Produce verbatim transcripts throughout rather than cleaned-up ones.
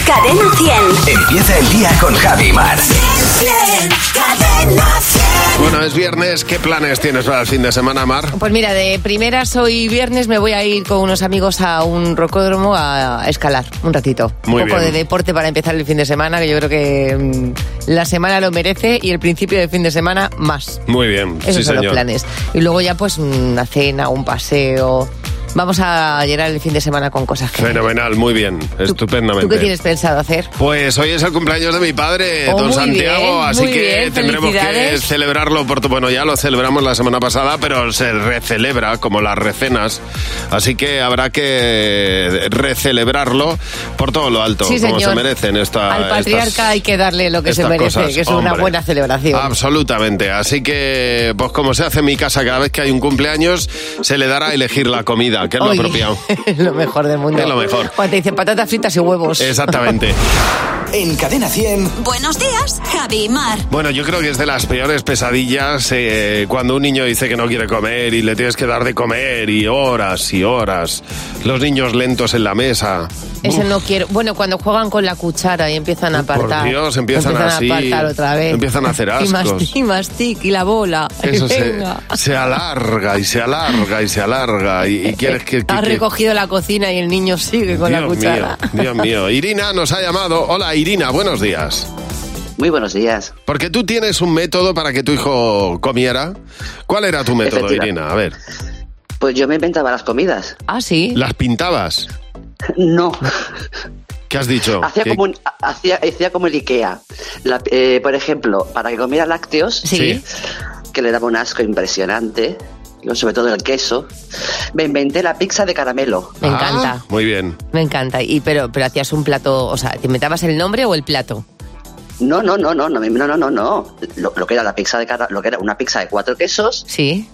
Cadena cien. Empieza el día con Javi Mar. Cadena cien. Bueno, es viernes. ¿Qué planes tienes para el fin de semana, Mar? Pues mira, de primeras hoy viernes me voy a ir con unos amigos a un rocódromo a escalar un ratito. Muy un poco bien. de deporte para empezar el fin de semana, que yo creo que mmm, la semana lo merece y el principio del fin de semana más. Muy bien, Esos sí, son señor. los planes. Y luego ya pues una cena, un paseo. Vamos a llenar el fin de semana con cosas que... Fenomenal, muy bien, estupendamente. ¿Tú qué tienes pensado hacer? Pues hoy es el cumpleaños de mi padre, Oh, don muy Santiago, bien, así muy que bien, tendremos que felicidades. celebrarlo por tu... Bueno, ya lo celebramos la semana pasada, pero se recelebra como las recenas, así que habrá que recelebrarlo por todo lo alto, Sí, como señor. se merecen esta, Al patriarca estas- hay que darle lo que se estas merece, cosas, que es una hombre. buena celebración. Absolutamente, así que pues como se hace en mi casa cada vez que hay un cumpleaños, se le dará a elegir la comida, que es lo Oye, apropiado. lo mejor del mundo. Es lo mejor. Cuando te dicen patatas fritas y huevos. Exactamente. En Cadena cien. Buenos días, Javi y Mar. Bueno, yo creo que es de las peores pesadillas eh, cuando un niño dice que no quiere comer y le tienes que dar de comer y horas y horas. Los niños lentos en la mesa. Eso Uf, no quiero. Bueno, cuando juegan con la cuchara y empiezan a apartar. Por Dios, empiezan así, a apartar otra vez. empiezan a hacer Y ascos. mastic, y mastic, y la bola. Eso y se, venga. se alarga y se alarga y se alarga y, y quieres que... que- Has que- recogido la cocina y el niño sigue con Dios la cuchara. mío, Dios mío. Irina nos ha llamado. Hola, Irina, buenos días. Muy buenos días. Porque tú tienes un método para que tu hijo comiera. ¿Cuál era tu método, Efectiva. Irina? A ver. Pues yo me inventaba las comidas. Ah, sí. ¿Las pintabas? No. ¿Qué has dicho? Hacía ¿Qué- como, un- hacía, hacía como el Ikea. La- eh, por ejemplo, para que comiera lácteos, Sí. que le daba un asco impresionante, sobre todo el queso, me inventé la pizza de caramelo. Me Ah, encanta. muy bien. Me encanta. Y pero, pero hacías un plato, o sea, ¿te inventabas el nombre o el plato? No, no, no, no, no, no, no, no, no. Lo, lo que era la pizza de cara- lo que era una pizza de cuatro quesos, Sí.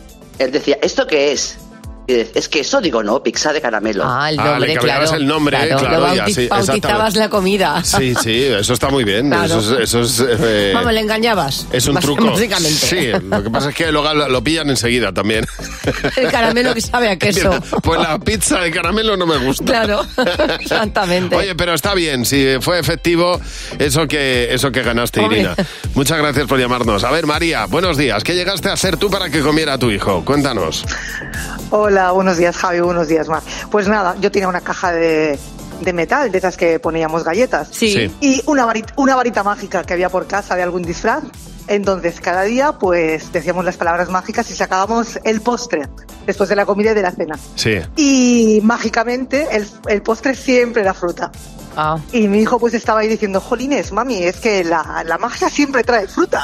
él decía, ¿esto qué es? Y decía, ¿es queso? Digo, no, pizza de caramelo. Ah, el Ah, nombre, le cambiabas claro. el nombre, claro, Lo y bauti- así, bautizabas exactamente. la comida. Sí, sí, eso está muy bien. Claro. Eso es, eso es, eh, Vamos, le engañabas. es un Bas- truco. Básicamente. Sí, lo que pasa es que luego lo, lo pillan enseguida también. El caramelo que sabe a queso. Pues la pizza de caramelo no me gusta. Claro, exactamente. Oye, pero está bien, si fue efectivo eso que eso que ganaste, Hombre. Irina. Muchas gracias por llamarnos. A ver, María, buenos días. ¿Qué llegaste a hacer tú para que comiera a tu hijo? Cuéntanos. Hola, buenos días Javi, buenos días Mar. Pues nada, yo tenía una caja de, de metal, de esas que poníamos galletas. Sí. Sí. Y una varita, una varita mágica que había por casa de algún disfraz. Entonces, cada día, pues, decíamos las palabras mágicas y sacábamos el postre después de la comida y de la cena. Sí. Y mágicamente, el, el postre siempre era fruta. Ah. Y mi hijo, pues, estaba ahí diciendo, jolines, mami, es que la, la magia siempre trae fruta.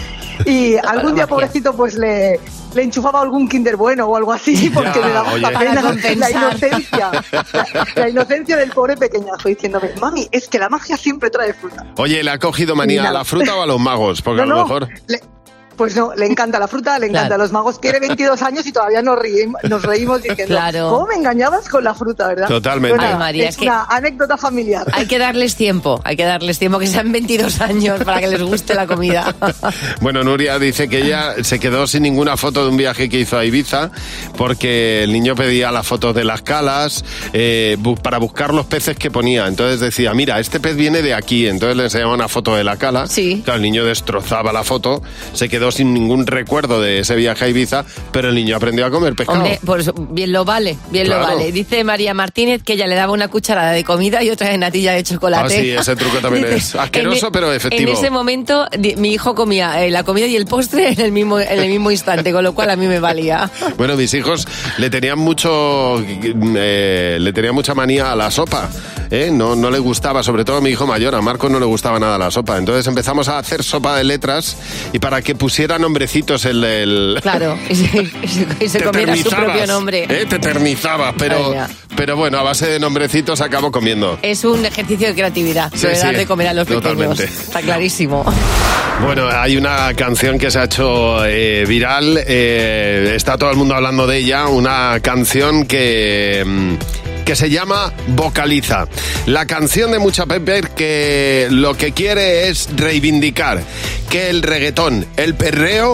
Y algún día, magia. pobrecito, pues le, le enchufaba algún Kinder Bueno o algo así, porque Ya, me daba oye. hasta Para pena compensar. la inocencia. La, la inocencia del pobre pequeñazo diciéndome, mami, es que la magia siempre trae fruta. Oye, ¿le ha cogido manía a Nada. la fruta o a los magos? Porque a No, lo no, mejor... le- pues no, le encanta la fruta, le encantan Claro. los magos. Tiene veintidós años y todavía nos, reímos, nos reímos diciendo, Claro. ¿cómo me engañabas con la fruta, verdad? Totalmente. Bueno, Ay, María, es es que- una anécdota familiar. Hay que darles tiempo, hay que darles tiempo, que sean veintidós años para que les guste la comida. Bueno, Nuria dice que ella se quedó sin ninguna foto de un viaje que hizo a Ibiza porque el niño pedía las fotos de las calas eh, bu- para buscar los peces que ponía. Entonces decía, mira, este pez viene de aquí. Entonces le enseñaba una foto de la cala. Sí. Claro, el niño destrozaba la foto, se quedó sin ningún recuerdo de ese viaje a Ibiza, pero el niño aprendió a comer pescado. Hombre, pues bien lo vale, bien Claro. lo vale. Dice María Martínez que ella le daba una cucharada de comida y otra de natilla de chocolate. Ah, sí, ese truco también es asqueroso, en- pero efectivo. En ese momento di- mi hijo comía eh, la comida y el postre en el mismo en el mismo instante, con lo cual a mí me valía. Bueno, mis hijos le tenían mucho, eh, le tenían mucha manía a la sopa, ¿eh? No, no le gustaba, sobre todo a mi hijo mayor, a Marco no le gustaba nada la sopa. Entonces empezamos a hacer sopa de letras y para que pusiera nombrecitos el... el Claro, y se, y se- y se te comiera su eternizabas, propio nombre. ¿eh? Te eternizabas, pero, Ay, ya. pero bueno, a base de nombrecitos acabo comiendo. Es un ejercicio de creatividad, Sí, de dar sí, de comer a los totalmente. pequeños. Está clarísimo. Bueno, hay una canción que se ha hecho eh, viral, eh, está todo el mundo hablando de ella, una canción que... mm, que se llama Vocaliza. La canción de Mucha Pepper que lo que quiere es reivindicar que el reggaetón, el perreo,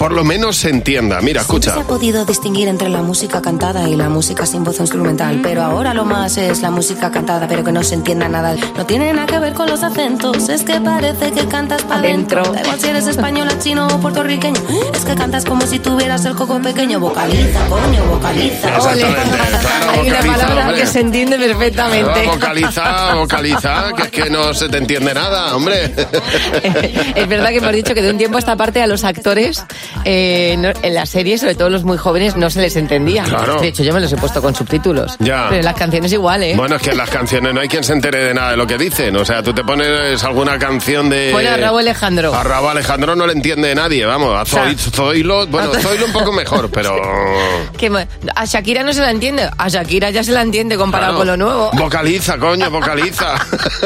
por lo menos se entienda. Mira, escucha. Siempre se ha podido distinguir entre la música cantada y la música sin voz instrumental, pero ahora lo más es la música cantada, pero que no se entienda nada. No tiene nada que ver con los acentos, es que parece que cantas para adentro. Da igual si eres española, chino o puertorriqueño, es que cantas como si tuvieras el coco pequeño. Vocaliza, coño, vocaliza. Exactamente, claro, Hay una vocaliza, palabra hombre. que se entiende perfectamente. No, vocaliza, vocaliza, que es que no se te entiende nada, hombre. Es verdad que hemos dicho que de un tiempo a esta parte a los actores eh, no- en las series, sobre todo los muy jóvenes, no se les entendía. Claro. De hecho, yo me los he puesto con subtítulos. Ya. Pero en las canciones igual, ¿eh? Bueno, es que en las canciones no hay quien se entere de nada de lo que dicen. O sea, tú te pones alguna canción de... Bueno, a Raúl Alejandro. A Raúl Alejandro no le entiende nadie, vamos. A Zoe- Zoilo, bueno, Zoilo un poco mejor, pero... Que mo- a Shakira no se la entiende. A Shakira ya se la entiende comparado Claro. con lo nuevo. Vocaliza, coño, vocaliza.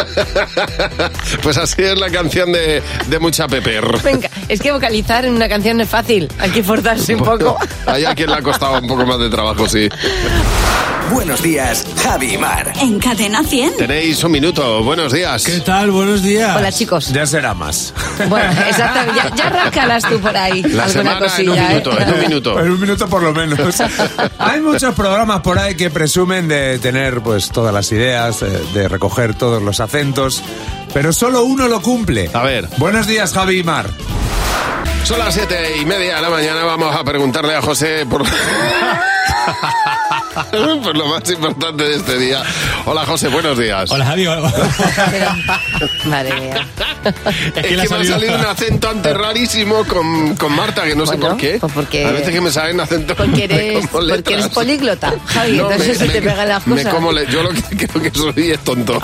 Pues así es la canción de, de Mucha Peper. Venga, es que vocalizar en una canción no es fácil. Hay que forzarse un poco. Hay a quien le ha costado un poco más de trabajo, sí. Buenos días, Javi y Mar. En Cadena cien. Tenéis un minuto. Buenos días. ¿Qué tal? Buenos días. Hola, chicos. Ya será más. Bueno, exactamente. Ya, ya rascalas tú por ahí La alguna semana cosilla, en un minuto, ¿eh? en un minuto. En un minuto por lo menos. Hay muchos programas por ahí que presumen de tener pues todas las ideas, eh, de recoger todos los acentos, pero solo uno lo cumple. A ver. Buenos días, Javi y Mar. Son las siete y media de la mañana. Vamos a preguntarle a José por... por lo más importante de este día. Hola, José, buenos días. Hola, Javi. Madre mía. Es que, le ha me ha salido- salido un acento antes rarísimo con, con Marta, que no sé Bueno, por qué. pues porque- A veces que me salen acentos Porque eres, como porque letras. eres políglota, Javi, No, entonces me- se te me- pegan las me cosas. como le- yo lo que creo que soy es tonto.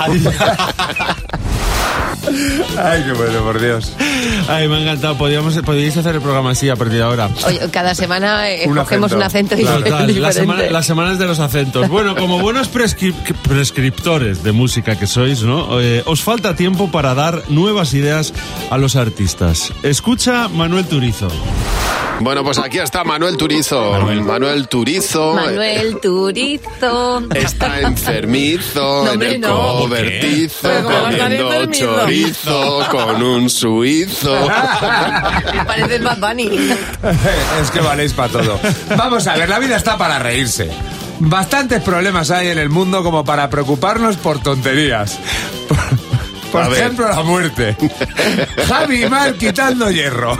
Ay, qué bueno, por Dios. Ay, me ha encantado. Podríamos, podríais hacer el programa así a partir de ahora. Oye, cada semana eh, Un cogemos acento. un acento Total, diferente. la semana- las semanas de los acentos. Bueno, como buenos prescri- prescriptores de música que sois, ¿no? Eh, os falta tiempo para dar nuevas ideas a los artistas. Escucha Manuel Turizo. Bueno, pues aquí está Manuel Turizo. Manuel, Turizo. Manuel Turizo. Está enfermizo, No, en hombre, el no. cobertizo, Pero ¿cómo va a estar comiendo enfermizo? chorizo con un suizo. Pareces Bad Bunny. Es que valéis para todo. Vamos a ver, la vida está para reírse. Bastantes problemas hay en el mundo como para preocuparnos por tonterías. Por, por A ver. ejemplo, la muerte. Javi y Mar quitando hierro.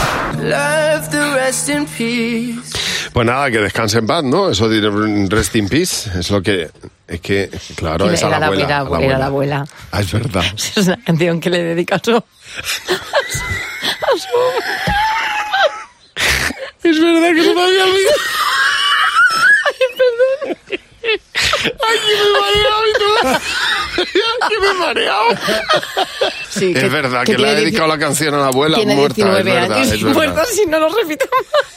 Pues nada, que descanse en paz, ¿no? Eso de rest in peace es lo que... Es que, claro, es a Era la la abuela. abuela, a la era la abuela. Ah, es verdad. Es una canción que le dedica a su... a su... Es verdad que se me había olvidado. Ay, perdón. Ay, que me he mareado y todo. Que me he mareado. Sí, Es que- verdad que, que le ha tiene dedicado la canción a la abuela Tiene muerta. Es diecinueve verdad, años es y verdad. muerta si no lo repitamos.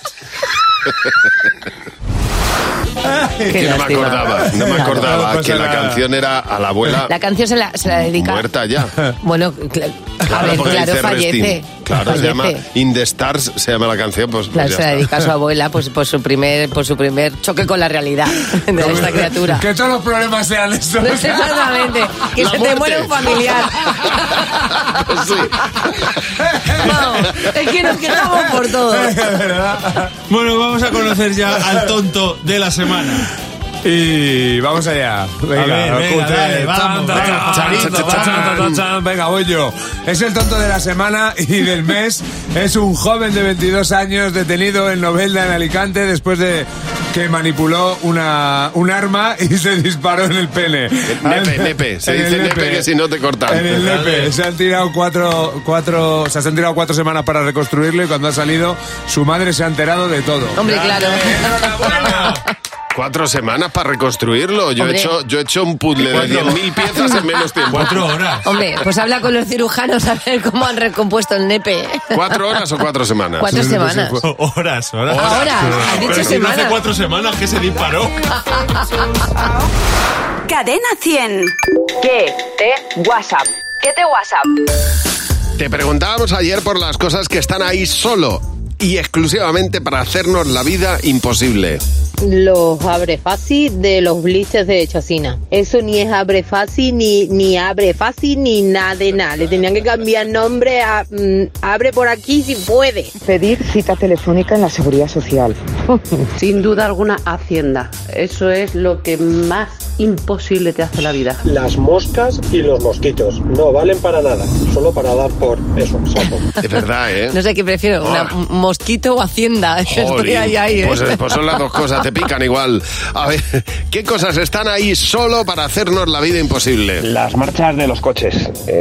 Que no me lástima. acordaba, no me acordaba No pasa que la nada. canción era a la abuela La canción se la, se la dedica... muerta ya. Bueno, cl- a Claro, ver, porque claro, dice fallece. Resting. Claro, se llama Fallece. In the Stars, se llama la canción, pues, pues Claro, ya se la está. dedica a su abuela pues, por, su primer, por su primer choque con la realidad de esta criatura. Que todos los problemas sean estos. Exactamente. Que La se muerte. te muere un familiar. Pues sí. Vamos, es que nos quejamos por todo. Bueno, vamos a conocer ya al tonto de la semana. Y vamos allá. Venga, A ver, venga, escute. dale, vamos, Chan, venga, chan, vamos, chan, vamos, chan, chan, vamos. chan. Venga, voy yo. Es el tonto de la semana y del mes. Es un joven de veintidós años detenido en Novelda, en Alicante, después de que manipuló una, un arma y se disparó en el pene. Nepe, nepe. Se En el dice nepe que si no te cortan. En el nepe. Se han tirado cuatro, cuatro, o sea, se han tirado cuatro semanas para reconstruirlo y cuando ha salido, su madre se ha enterado de todo. Hombre, claro. Cuatro semanas para reconstruirlo. Yo he Hombre. hecho, yo he hecho un puzzle de Cuatro. diez mil piezas en menos tiempo. Cuatro horas. Hombre, pues habla con los cirujanos a ver cómo han recompuesto el nepe. ¿Cuatro horas o cuatro semanas? Cuatro semanas. Horas, horas. Ahora, has dicho Pero si no hace semanas. cuatro semanas que se disparó. Cadena cien. ¿Qué te WhatsApp? ¿Qué te WhatsApp? Te preguntábamos ayer por las cosas que están ahí solo y exclusivamente para hacernos la vida imposible. los abre fácil de los blisters de chocina. Eso ni es abre fácil, ni, ni abre fácil, ni nada de nada. Le tenían que cambiar nombre a mm, abre por aquí si puede. Pedir cita telefónica en la Seguridad Social. Sin duda alguna, Hacienda. Eso es lo que más imposible te hace la vida. Las moscas y los mosquitos no valen para nada, solo para dar por eso, sapo. Es verdad, ¿eh? No sé qué prefiero, una, un mosquito o Hacienda. Estoy ahí, ahí, ¿eh? Pues, pues son las dos cosas, te pican igual. A ver, ¿qué cosas están ahí solo para hacernos la vida imposible? Las marchas de los coches.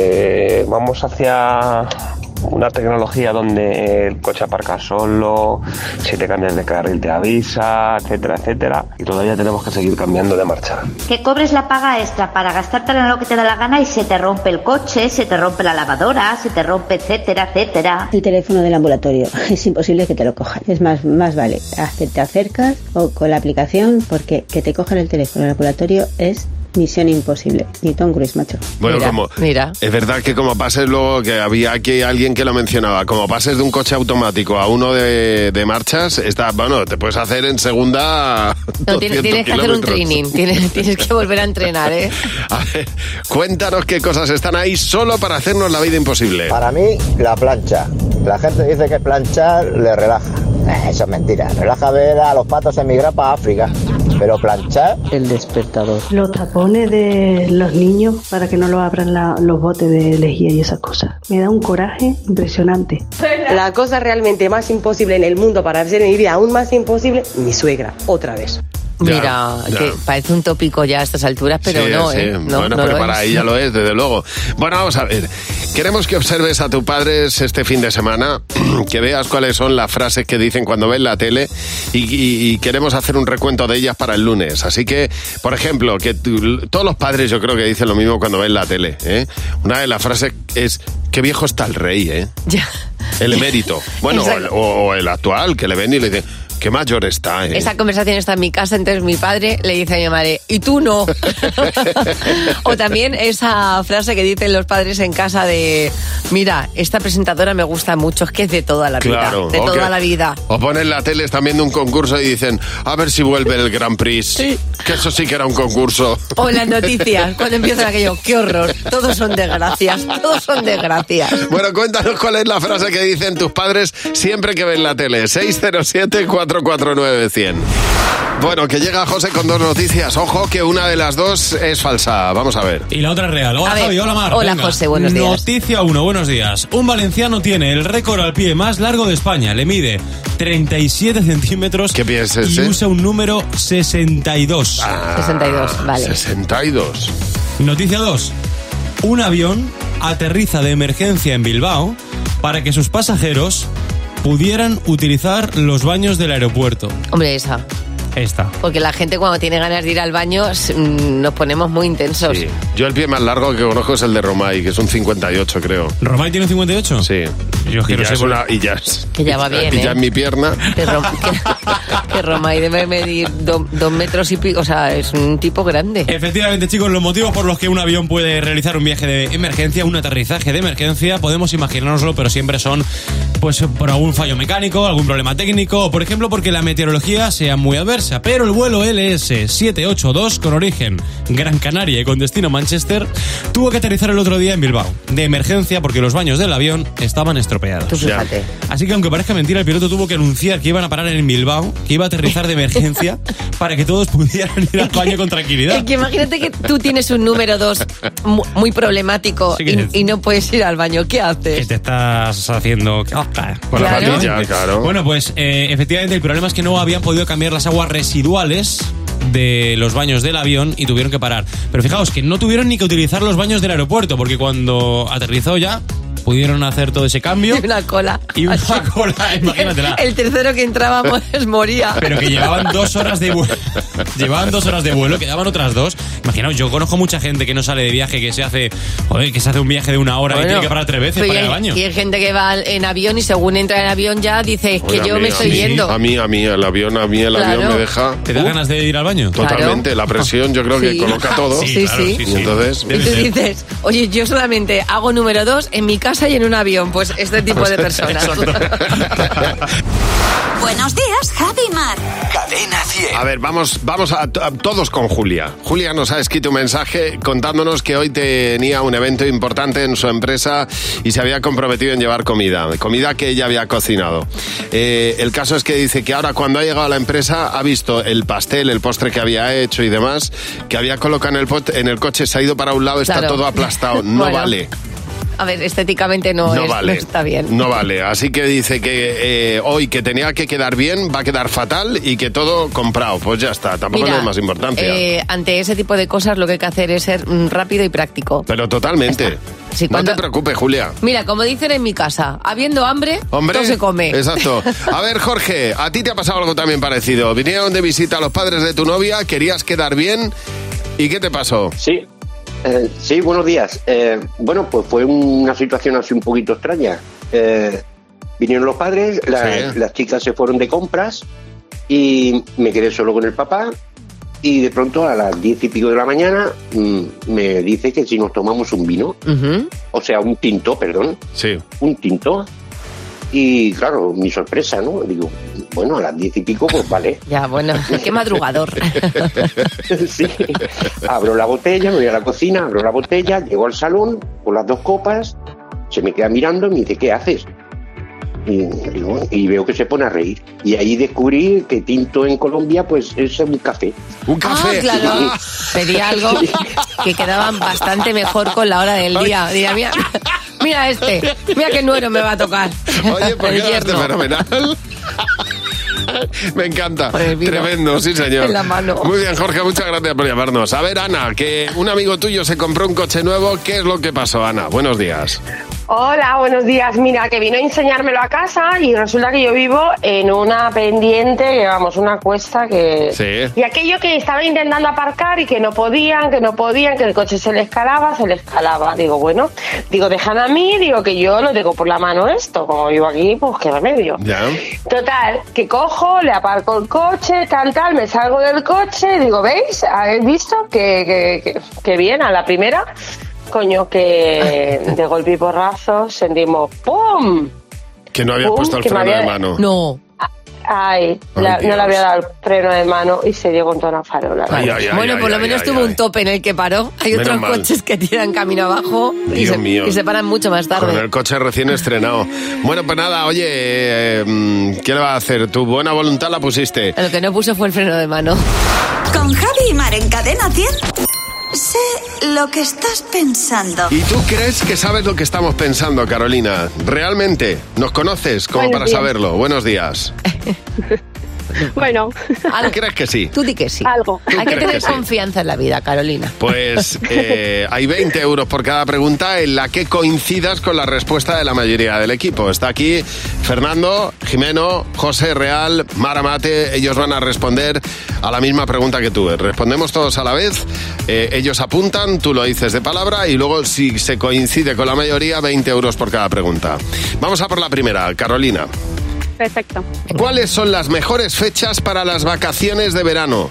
Eh, vamos hacia una tecnología donde el coche aparca solo, si te cambias de carril te avisa, etcétera, etcétera. Y todavía tenemos que seguir cambiando de marcha. Que cobres la paga extra para gastártela en lo que te da la gana y se te rompe el coche, se te rompe la lavadora, se te rompe, etcétera, etcétera. El teléfono del ambulatorio, es imposible que te lo cojan. Es más, más vale, te acercas o con la aplicación, porque que te cojan el teléfono del ambulatorio es misión imposible. Ni Tom Cruise, macho. Bueno, mira, como mira. Es verdad que como pases luego, que había aquí alguien que lo mencionaba, como pases de un coche automático a uno de, de marchas, está, bueno, te puedes hacer en segunda. No, tienes, tienes que hacer un training, tienes, tienes que volver a entrenar, ¿eh? A ver, cuéntanos qué cosas están ahí solo para hacernos la vida imposible. Para mí, la plancha. La gente dice que planchar le relaja. Eso es mentira. Relaja ver a los patos emigrar para África. Pero planchar... El despertador. Los tapones de los niños para que no lo abran la, los botes de lejía y esas cosas. Me da un coraje impresionante. La cosa realmente más imposible en el mundo para hacer mi vida aún más imposible, mi suegra, otra vez. Mira, ya, ya. que parece un tópico ya a estas alturas, pero sí, no, sí. ¿eh? No, bueno, no pero lo para es. ella lo es, desde luego. Bueno, vamos a ver. Queremos que observes a tus padres este fin de semana, que veas cuáles son las frases que dicen cuando ven la tele y, y, y queremos hacer un recuento de ellas para el lunes. Así que, por ejemplo, que tú, todos los padres yo creo que dicen lo mismo cuando ven la tele, ¿eh? Una de las frases es, qué viejo está el rey, ¿eh? Ya. El emérito. Bueno, o el, o, o el actual, que le ven y le dicen... Qué mayor está, ¿eh? Esa conversación está en mi casa, entonces mi padre le dice a mi madre, ¿y tú no? O también esa frase que dicen los padres en casa de, mira, esta presentadora me gusta mucho, es que es de toda la claro, vida, de okay. toda la vida. O ponen la tele, están viendo un concurso y dicen, a ver si vuelve el Grand Prix. Sí. Que eso sí que era un concurso. O en las noticias, cuando empiezan aquello, qué horror, todos son desgracias, todos son desgracias. Bueno, cuéntanos cuál es la frase que dicen tus padres siempre que ven la tele. seis cero siete, cuatro cuatro nueve, cien. Bueno, que llega José con dos noticias. Ojo, que una de las dos es falsa. Vamos a ver. Y la otra es real. Hola, Javi. Hola, Mar. Hola, Venga. José. Buenos días. Noticia uno. Buenos días. Un valenciano tiene el récord al pie más largo de España. Le mide treinta y siete centímetros. ¿Qué pie es ese? Y usa un número sesenta y dos. Ah, sesenta y dos, vale. sesenta y dos. Noticia dos. Un avión aterriza de emergencia en Bilbao para que sus pasajeros pudieran utilizar los baños del aeropuerto. Hombre, esa. Esta. Porque la gente cuando tiene ganas de ir al baño nos ponemos muy intensos. Sí. Yo el pie más largo que conozco es el de Romay, que es un cincuenta y ocho, creo. ¿Romay tiene cincuenta y ocho? Sí. Yo quiero y, ya una, y ya es, que ya va bien, y ¿eh? ya en mi pierna. Que, Rom, que, que Romay debe medir do, dos metros y pico, o sea, es un tipo grande. Efectivamente, chicos, los motivos por los que un avión puede realizar un viaje de emergencia, un aterrizaje de emergencia, podemos imaginárnoslo, pero siempre son pues por algún fallo mecánico, algún problema técnico, o por ejemplo porque la meteorología sea muy adversa. Pero el vuelo L S siete ocho dos, con origen Gran Canaria y con destino Manchester, tuvo que aterrizar el otro día en Bilbao, de emergencia porque los baños del avión estaban estropeados. Tú fíjate. Así que aunque parezca mentira, el piloto tuvo que anunciar que iban a parar en Bilbao, que iba a aterrizar de emergencia para que todos pudieran ir al baño con tranquilidad. Es que imagínate que tú tienes un número dos muy problemático sí y, y no puedes ir al baño. ¿Qué haces? Que te estás haciendo... Con la patilla, claro. Bueno, pues eh, efectivamente el problema es que no habían podido cambiar las aguas residuales de los baños del avión y tuvieron que parar. Pero fijaos que no tuvieron ni que utilizar los baños del aeropuerto, porque cuando aterrizó ya pudieron hacer todo ese cambio. Y una cola. Y una Así. cola, imagínatela. El tercero que entrábamos moría. Pero que llevaban dos horas de vuelo. Llevaban dos horas de vuelo, quedaban otras dos. Imaginaos, yo conozco mucha gente que no sale de viaje, que se hace, joder, que se hace un viaje de una hora bueno, y tiene que parar tres veces para ir al baño. Y hay gente que va en avión y según entra en avión ya dice que Oye, yo mí, me estoy a mí, yendo. A mí, a mí, el avión, a mí el claro. avión me deja... ¿Te da uh, ganas de ir al baño? Totalmente, claro. La presión yo creo que sí. coloca todo. Sí, sí. Claro, sí, sí. Y entonces... Y tú dices, oye, yo solamente hago número dos, en mi casa casa y en un avión. Pues este tipo de personas. Buenos días, Javi y Mar. Cadena cien. A ver, vamos, vamos a, a todos con Julia. Julia nos ha escrito un mensaje contándonos que hoy tenía un evento importante en su empresa y se había comprometido en llevar comida, comida que ella había cocinado. Eh, el caso es que dice que ahora cuando ha llegado a la empresa ha visto el pastel, el postre que había hecho y demás, que había colocado en el, pot, en el coche, se ha ido para un lado, está Claro. todo aplastado, no Bueno. vale. A ver, estéticamente no, No es, vale. no está bien. No vale. Así que dice que eh, hoy que tenía que quedar bien, va a quedar fatal y que todo comprado. Pues ya está, tampoco Mira, le da más importancia. eh, ante ese tipo de cosas lo que hay que hacer es ser mm, rápido y práctico. Pero totalmente. Sí, no cuando- te preocupes, Julia. Mira, como dicen en mi casa, habiendo hambre, Hombre, todo se come. Exacto. A ver, Jorge, a ti te ha pasado algo también parecido. Vinieron de visita los padres de tu novia, querías quedar bien. ¿Y qué te pasó? Sí, eh, sí, buenos días. Eh, bueno, pues fue una situación así un poquito extraña. Eh, vinieron los padres, la- Sí. las chicas se fueron de compras y me quedé solo con el papá. Y de pronto a las diez y pico de la mañana mmm, me dice que si nos tomamos un vino, Ujú. o sea, un tinto, perdón. Sí. Un tinto. Y claro, mi sorpresa, ¿no? Digo, bueno, a las diez y pico, pues vale. Ya, bueno, qué madrugador. Sí. Abro la botella, me voy a la cocina, abro la botella, llego al salón con las dos copas, se me queda mirando y me dice, ¿qué haces? Y, digo, y veo que se pone a reír. Y ahí descubrí que tinto en Colombia pues es un café. ¿Un Ah, claro. Pedía algo que quedaba bastante mejor con la hora del día. Diría, mira, mira este, mira qué nuero me va a tocar. Oye, pues El quedaste yerno. fenomenal. Me encanta. Por el vino Tremendo, sí señor. en la mano. Muy bien, Jorge, muchas gracias por llamarnos. A ver, Ana, que un amigo tuyo se compró un coche nuevo. ¿Qué es lo que pasó, Ana? Buenos días. Hola, buenos días. Mira, que vino a enseñármelo a casa y resulta que yo vivo en una pendiente, que vamos, una cuesta que... Sí. Y aquello que estaba intentando aparcar y que no podían, que no podían, que el coche se le escalaba, se le escalaba. Digo, bueno, digo, dejan a mí, digo que yo lo tengo por la mano esto. Como vivo aquí, pues qué remedio. Ya. Total, que cojo, le aparco el coche, tal, tal, me salgo del coche, digo, ¿veis? ¿Habéis visto? Que, que, que, que bien, a la primera, coño, que de golpe y porrazo sentimos ¡pum! Que no había Pum, puesto el que me freno había- de mano. No. Ay, Ay, la- no Dios. le había dado el freno de mano y se dio contra una farola. Ay, ay, ay, Bueno, ay, por lo ay, menos ay, tuvo ay. un tope en el que paró. Hay Menos otros mal. coches que tiran camino abajo y Dios se, mío. y se paran mucho más Con tarde. el coche recién estrenado. Bueno, pues nada, oye, eh, mm, ¿qué le va a hacer? Tu buena voluntad la pusiste. Lo que no puso fue el freno de mano. Con Javi y Mar en Cadena cien. Sé lo que estás pensando. ¿Y tú crees que sabes lo que estamos pensando, Carolina? ¿Realmente? ¿Nos conoces como Buenos para días. saberlo? Buenos días. Bueno, ¿Tú crees que sí? Tú di que sí. algo. ¿Tú Hay que crees tener que sí? confianza en la vida, Carolina. Pues eh, hay veinte euros por cada pregunta en la que coincidas con la respuesta de la mayoría del equipo. Está aquí Fernando, Jimeno, José Real, Mara Mate. Ellos van a responder a la misma pregunta que tú. Respondemos todos a la vez. Eh, ellos apuntan, tú lo dices de palabra y luego si se coincide con la mayoría, veinte euros por cada pregunta. Vamos a por la primera, Carolina. Perfecto. ¿Cuáles son las mejores fechas para las vacaciones de verano?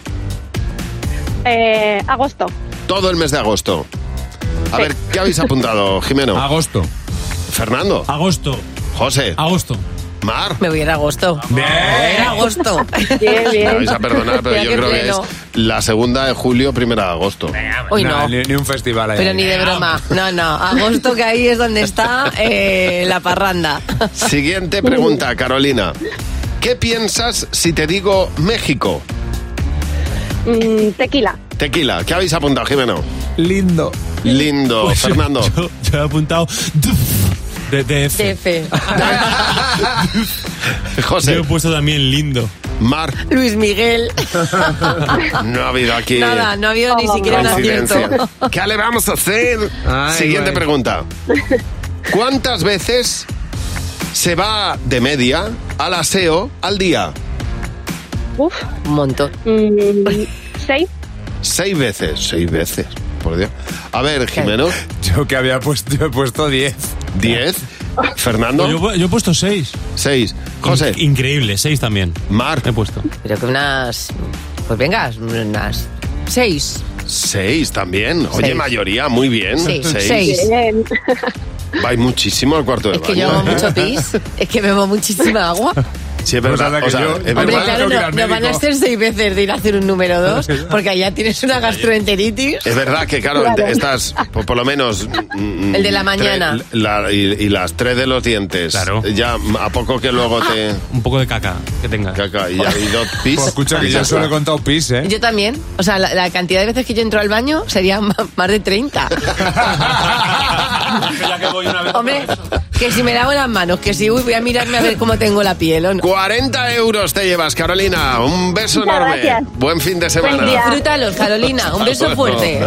Eh, agosto. Todo el mes de agosto. A Sí. ver, ¿qué habéis apuntado, Jimeno? Agosto. Fernando. Agosto. José. Agosto. Mar. Me voy a ir a agosto. Bien. En agosto. Bien, Me bien. vais a perdonar, pero Mira yo qué creo que pleno. es la segunda de julio, primera de agosto. Hoy no. Ni, ni un festival ahí. Pero ni de broma. No, no. Agosto, que ahí es donde está eh, la parranda. Siguiente pregunta, Carolina. ¿Qué piensas si te digo México? Mm, tequila. Tequila. ¿Qué habéis apuntado, Jimeno? Lindo. Lindo. Pues Fernando. Yo, yo he apuntado de D F. D F. José. Yo he puesto también lindo. Mar. Luis Miguel. No ha habido aquí Nada, no ha habido ni siquiera un acierto. coincidencia. ¿Qué le vamos a hacer? Ay, Siguiente güey. pregunta. ¿Cuántas veces se va de media al aseo al día? Uf. Un montón. Mm, seis. Seis veces. Seis veces. Por Dios. A ver, Jimeno. Yo que había puesto, yo he puesto diez. Diez. Fernando. Yo, yo he puesto seis. Seis. José. In- increíble, seis también. Mar. He puesto. Pero que unas... Pues venga, unas seis. Seis también. Oye, Seis. mayoría, muy bien. Sí, Seis. seis. Bien. Vais muchísimo al cuarto de Es que baño. yo hago ¿eh? mucho pis, es que bebo muchísima agua. Sí, es verdad. Pues anda que o sea, yo- es Hombre, verdad. claro, no, no van a ser seis veces de ir a hacer un número dos, porque allá tienes una gastroenteritis. Es verdad que, claro, Claro. estás por, por lo menos... mm, El de la mañana. tre- la- y, y las tres de los dientes. Claro. Ya, a poco que luego te... Un poco de caca que tenga. Caca y, y dos pis. Pues escucha que y yo ya solo he está. contado pis, ¿eh? Yo también. O sea, la, la cantidad de veces que yo entro al baño sería ma- más de treinta. Hombre, que si me lavo las manos, que si uy, voy a mirarme a ver cómo tengo la piel o no. cuarenta euros te llevas, Carolina. Un beso Muchas enorme. gracias. Buen fin de semana. Disfrútalos, Carolina. Un beso fuerte.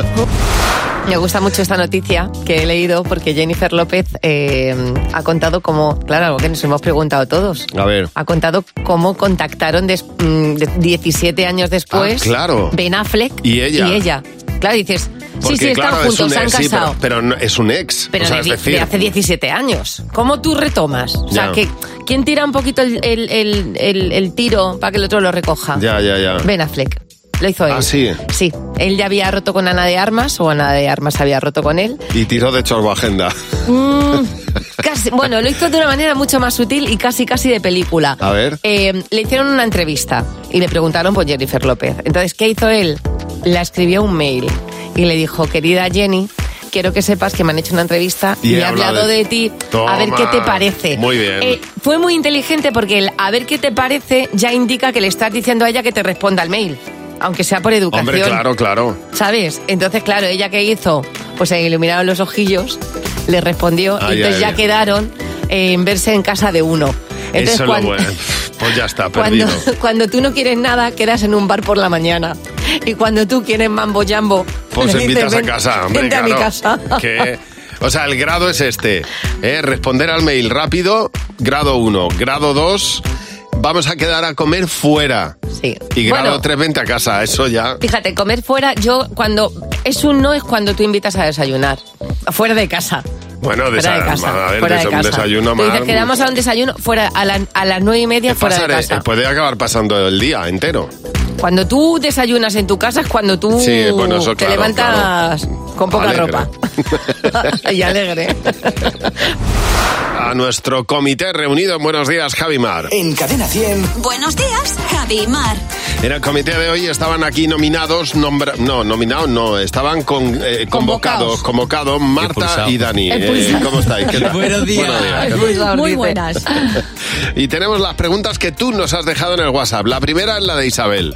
Me gusta mucho esta noticia que he leído porque Jennifer López eh, ha contado cómo, claro, algo que nos hemos preguntado todos. A ver. Ha contado cómo contactaron des- mm, de- diecisiete años después Ah, claro. Ben Affleck Y ella. y ella. Claro, dices, Porque, sí, sí, están claro, es juntos, un se han ex, sí, casado. pero, pero no- es un ex. Pero o sea, de, es di- decir, de hace diecisiete años. ¿Cómo tú retomas? O sea, Ya. que ¿quién tira un poquito el, el- el- el- el tiro para que el otro lo recoja? Ya, ya, ya. Ben Affleck. Lo hizo él. Ah, sí. Sí. Él ya había roto con Ana de Armas, o Ana de Armas había roto con él. Y tiró de chorbo agenda. Mm, casi, bueno, lo hizo de una manera mucho más sutil y casi, casi de película. A ver. Eh, le hicieron una entrevista y le preguntaron por Jennifer López. Entonces, ¿qué hizo él? Le escribió un mail y le dijo, querida Jenny, quiero que sepas que me han hecho una entrevista Y y, he he hablado hablado de- de, ti, Toma. a ver qué te parece. Muy bien. Eh, fue muy inteligente porque el a ver qué te parece ya indica que le estás diciendo a ella que te responda al mail, aunque sea por educación. Hombre, claro, claro. ¿Sabes? Entonces, claro, ¿ella qué hizo? Pues se iluminaron los ojillos, le respondió, Ay, y entonces ay, ya ay. quedaron eh, en verse en casa de uno. Entonces, Eso es cuando, lo bueno. Pues ya está, cuando, perdido. cuando tú no quieres nada, quedas en un bar por la mañana. Y cuando tú quieres mambo jambo, Pues le dices, invitas a "Ven- casa, hombre, vente a mi claro. casa. Que, o sea, el grado es este. ¿eh? Responder al mail rápido, grado uno. Grado dos, vamos a quedar a comer fuera. Sí. Y grado Bueno. tres, vente a casa. Eso ya... Fíjate, comer fuera, yo cuando... Es un no es cuando tú invitas a desayunar. Fuera de casa. Bueno, Fuera de desa- casa. a ver, fuera des- de un casa. desayuno Tú más... dices, quedamos a un desayuno fuera a, la- a las nueve y media fuera de Pasaré- casa. puede acabar pasando el día entero. Cuando tú desayunas en tu casa es cuando tú Sí, bueno, eso te claro, levantas con poca Alegre. ropa. Y alegre. A nuestro comité reunido en Buenos Días, Javi Mar. En Cadena cien. Buenos días, Javi y Mar. En el comité de hoy estaban aquí nominados, nombra- no, nominados no, estaban con, eh, convocados, convocados Marta Expulsado. y Dani. Eh, Expulsado. ¿Cómo estáis? ¿Qué tal? Buenos días. Buenos Muy dice. buenas. Y tenemos las preguntas que tú nos has dejado en el WhatsApp. La primera es la de Isabel.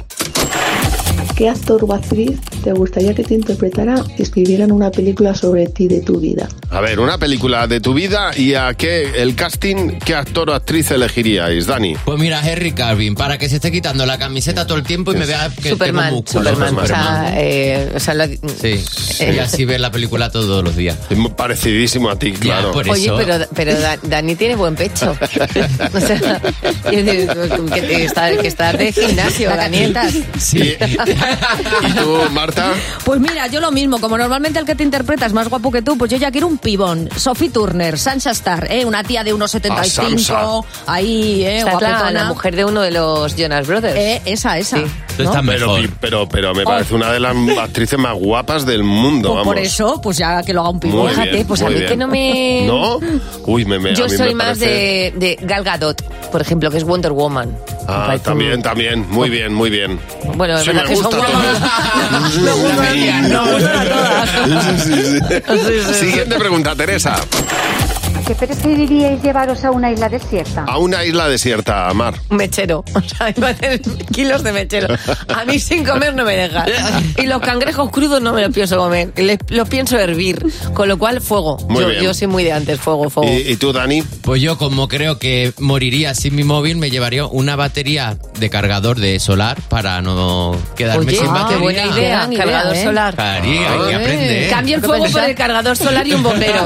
¿Qué actor o actriz te gustaría que te interpretara y escribieran una película sobre ti, de tu vida? A ver, una película de tu vida y a qué, el casting, ¿qué actor o actriz elegiríais, Dani? Pues mira, Henry Cavill, para que se esté quitando la camiseta todo el tiempo y me vea que Superman, tengo músculos. Superman. O sea, eh, o sea, lo- Sí, y así ver la película todos los días. Es muy parecidísimo a ti, claro. por Oye, eso. pero, pero Da- Dani tiene buen pecho. O sea, quiero decir, que, que, está- que estás de gimnasio, Danietas. Sí. ¿Y tú, Marta? Pues mira, yo lo mismo, como normalmente el que te interpreta es más guapo que tú, pues yo ya quiero un pibón. Sophie Turner, Sansa Starr, ¿eh? Una tía de unos setenta y cinco, Ah, Sansa. ahí, ¿eh? Esta es la, Guapetona. la mujer de uno de los Jonas Brothers. Eh, esa, esa. Sí. ¿no? Está Pero, mejor. pero, pero me Oh. parece una de las actrices más guapas del mundo, Pues vamos. por eso, pues ya que lo haga un pibón. Muy Fíjate, bien, pues a muy mí bien. que no me... ¿No? Uy, me, me, a Yo mí soy me más parece- de, de Gal Gadot, por ejemplo, que es Wonder Woman. Me Ah, parece también, un- también. Muy bien, muy bien. Bueno, es Sí, verdad me que son gusta guapas. todo. Me gustan, me gustan a todas. Sí, sí, sí. Sí, sí. Siguiente pregunta, Teresa. ¿Qué preferiríais llevaros a una isla desierta? A una isla desierta, Mar. Un mechero. O sea, iba a tener kilos de mechero. A mí sin comer no me deja. Y los cangrejos crudos no me los pienso comer. Les- los pienso hervir. Con lo cual, fuego. Muy Yo, bien. yo soy muy de antes, fuego, fuego. ¿Y, y tú, Dani? Pues yo, como creo que moriría sin mi móvil, me llevaría una batería de cargador de solar para no quedarme Oye, sin ah, batería. qué buena idea. Gran idea, Cargador ¿eh? solar. Cari, hay que aprender. Cambio el ¿Qué fuego pensás? por el cargador solar y un bombero.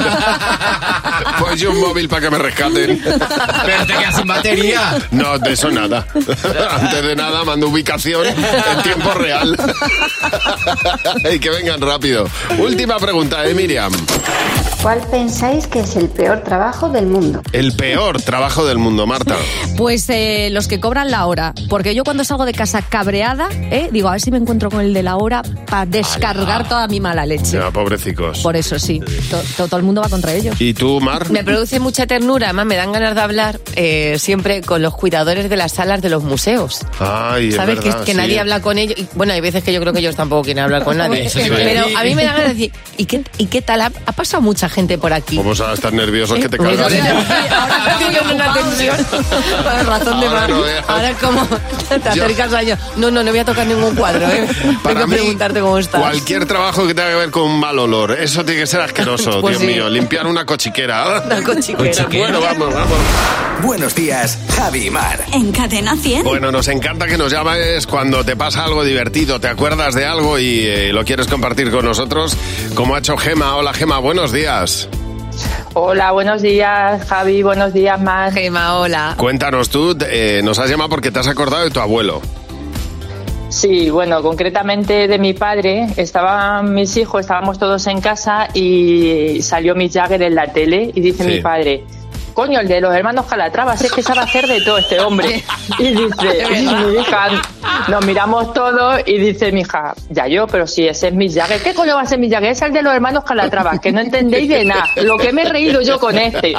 Pues yo un móvil para que me rescaten. Pero te quedas sin batería. No, de eso nada. Antes de nada, mando ubicación en tiempo real. Y que vengan rápido. Última pregunta, ¿eh, Miriam? ¿Cuál pensáis que es el peor trabajo del mundo? El peor trabajo del mundo, Marta. Pues eh, los que cobran la hora. Porque yo cuando salgo de casa cabreada, eh, digo, a ver si me encuentro con el de la hora para descargar toda mi mala leche. Ya, pobrecicos. Por eso sí, to- to- todo el mundo va contra ellos. ¿Y tú, Mar? Me produce mucha ternura, además me dan ganas de hablar eh, siempre con los cuidadores de las salas de los museos. Ay, es ¿Sabes? verdad, que, que sí. nadie habla con ellos. Y, bueno, hay veces que yo creo que ellos tampoco quieren hablar con nadie. Eso te iba a Pero decir. a mí me da ganas de decir, ¿y qué, y qué tal? ¿Ha, ha pasado mucha gente por aquí? Vamos a estar nerviosos que te Pues cagas. ahora tienen una tensión. Con razón de Ahora más. no veas. Ahora es como te acercas a ellos. No, no, no voy a tocar ningún cuadro, ¿eh? Para Tengo que mí, preguntarte cómo estás. Cualquier trabajo que tenga que ver con un mal olor, eso tiene que ser asqueroso, Pues Dios sí. mío. Limpiar una cochiquera. Una cochiquera. Bueno, vamos, vamos. Buenos días, Javi y Mar. En Cadena cien. Bueno, nos encanta que nos llames cuando te pasa algo divertido, te acuerdas de algo y eh, lo quieres compartir con nosotros, como ha hecho Gema. Hola, Gema, buenos días. Hola, buenos días, Javi, buenos días, Mar. Gema, hola. Cuéntanos tú, eh, nos has llamado porque te has acordado de tu abuelo. Sí, bueno, concretamente de mi padre, estaban mis hijos, estábamos todos en casa y salió Mick Jagger en la tele y dice Sí. mi padre, coño, el de los hermanos Calatrava, es que sabe hacer de todo este hombre. Y dice, y mi hija, nos miramos todos y dice mi hija, ya yo, pero si ese es Mick Jagger, ¿qué coño va a ser Mick Jagger? Es el de los hermanos Calatrava, que no entendéis de nada, lo que me he reído yo con este.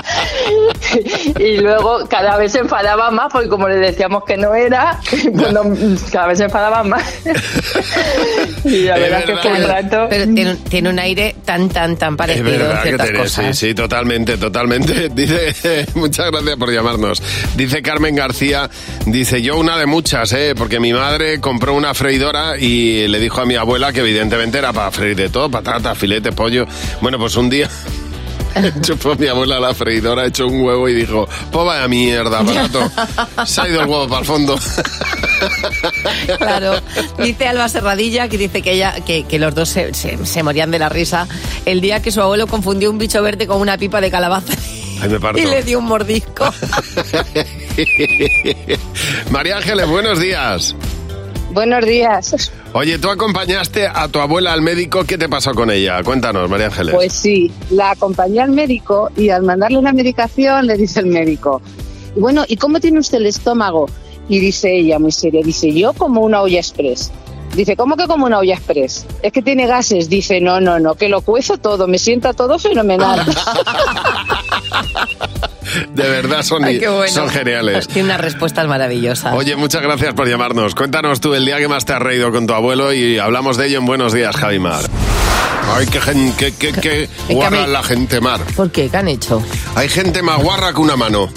Y luego cada vez se enfadaba más, porque como le decíamos que no era, pues no, cada vez se enfadaba más. Y la verdad es que fue un rato... Pero tiene, un- tiene un aire tan, tan, tan Es parecido en verdad que ciertas tenés, sí, cosas. sí, totalmente, totalmente. Dice, muchas gracias por llamarnos. Dice Carmen García, dice, yo una de muchas, ¿eh? Porque mi madre compró una freidora y le dijo a mi abuela que evidentemente era para freír de todo, patata, filete, pollo. Bueno, pues un día chupó mi abuela la freidora, echó un huevo y dijo, pues vaya mierda, barato. Se ha ido el huevo para el fondo. Claro. Dice Alba Serradilla que dice que ella que, que los dos se, se- se morían de la risa el día que su abuelo confundió un bicho verde con una pipa de calabaza Ay, me parto. y le dio un mordisco. María Ángeles, buenos días. Buenos días. Oye, tú acompañaste a tu abuela al médico, ¿qué te pasó con ella? Cuéntanos, María Ángeles. Pues sí, la acompañé al médico y al mandarle la medicación le dice el médico, bueno, ¿y cómo tiene usted el estómago? Y dice ella, muy seria, dice, yo como una olla express. Dice, ¿cómo que como una olla express? Es que tiene gases. Dice, no, no, no, que lo cuezo todo, me sienta todo fenomenal. De verdad son, Ay, qué bueno. son geniales. Tiene unas respuestas maravillosas. Oye, muchas gracias por llamarnos. Cuéntanos tú el día que más te has reído con tu abuelo y hablamos de ello en Buenos Días, Javi Mar. Ay, qué, gen- qué, qué, qué guarra me- la gente, Mar. ¿Por qué? ¿Qué han hecho? Hay gente más guarra que una mano.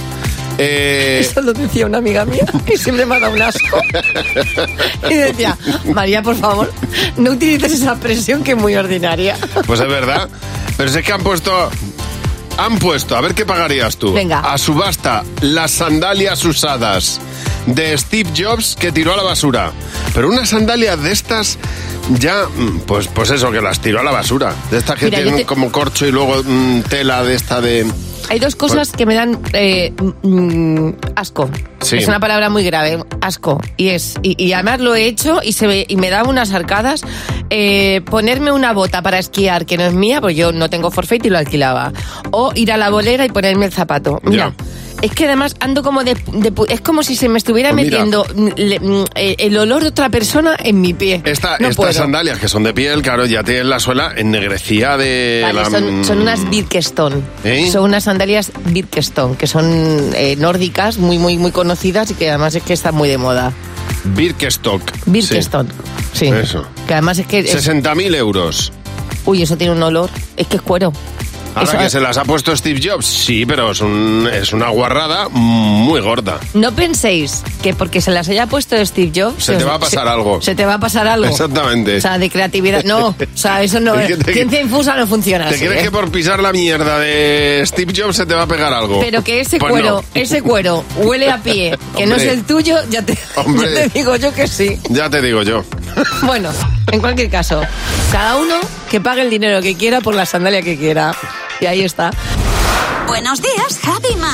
Eh, Eso lo decía una amiga mía que siempre me ha dado un asco. Y decía, María, por favor, no utilices esa expresión que es muy ordinaria. pues es verdad. Pero es que han puesto... Han puesto, a ver qué pagarías tú. Venga. A subasta, las sandalias usadas de Steve Jobs que tiró a la basura. Pero unas sandalias de estas ya, mm, pues, pues eso, que las tiró a la basura. De estas que Mira, yo tienen te- como corcho y luego mm, tela de esta de... Hay dos cosas que me dan eh, mm, asco. Sí. Es una palabra muy grave, asco. Y es y, y además lo he hecho y se ve, y me da unas arcadas. Eh, ponerme una bota para esquiar que no es mía, pues yo no tengo forfait y lo alquilaba. O ir a la bolera y ponerme el zapato. Mira. Es que además ando como de, de pu- es como si se me estuviera Pues mira. metiendo mm, le- mm, eh, el olor de otra persona en mi pie. Esta, no estas puedo. sandalias que son de piel, claro, ya tienen la suela ennegrecida de Vale, la... son, son unas Birkenstock. ¿Eh? Son unas sandalias Birkenstock, que son eh, nórdicas, muy, muy, muy conocidas y que además es que están muy de moda. Birkenstock. Birkenstock, sí. Eso. Que además es que... es- sesenta mil euros. uy, eso tiene un olor. Es que es cuero. Ahora Eso- que se las ha puesto Steve Jobs, sí, pero es, un- es una guarrada muy gorda. No penséis que porque se las haya puesto Steve Jobs... Se te os- va a pasar algo. Se te va a pasar algo. Exactamente. O sea, de creatividad. No, o sea, eso no... Es que te- Ciencia infusa no funciona ¿Te así, crees ¿eh? que por pisar la mierda de Steve Jobs se te va a pegar algo? Pero que ese Pues cuero, no. ese cuero huele a pie, que no es Hombre. el tuyo, ya te, Hombre. ya te digo yo que sí. Ya te digo yo. Bueno, en cualquier caso, cada uno que pague el dinero que quiera por la sandalia que quiera. Y ahí está. Buenos días, Javi y Mar.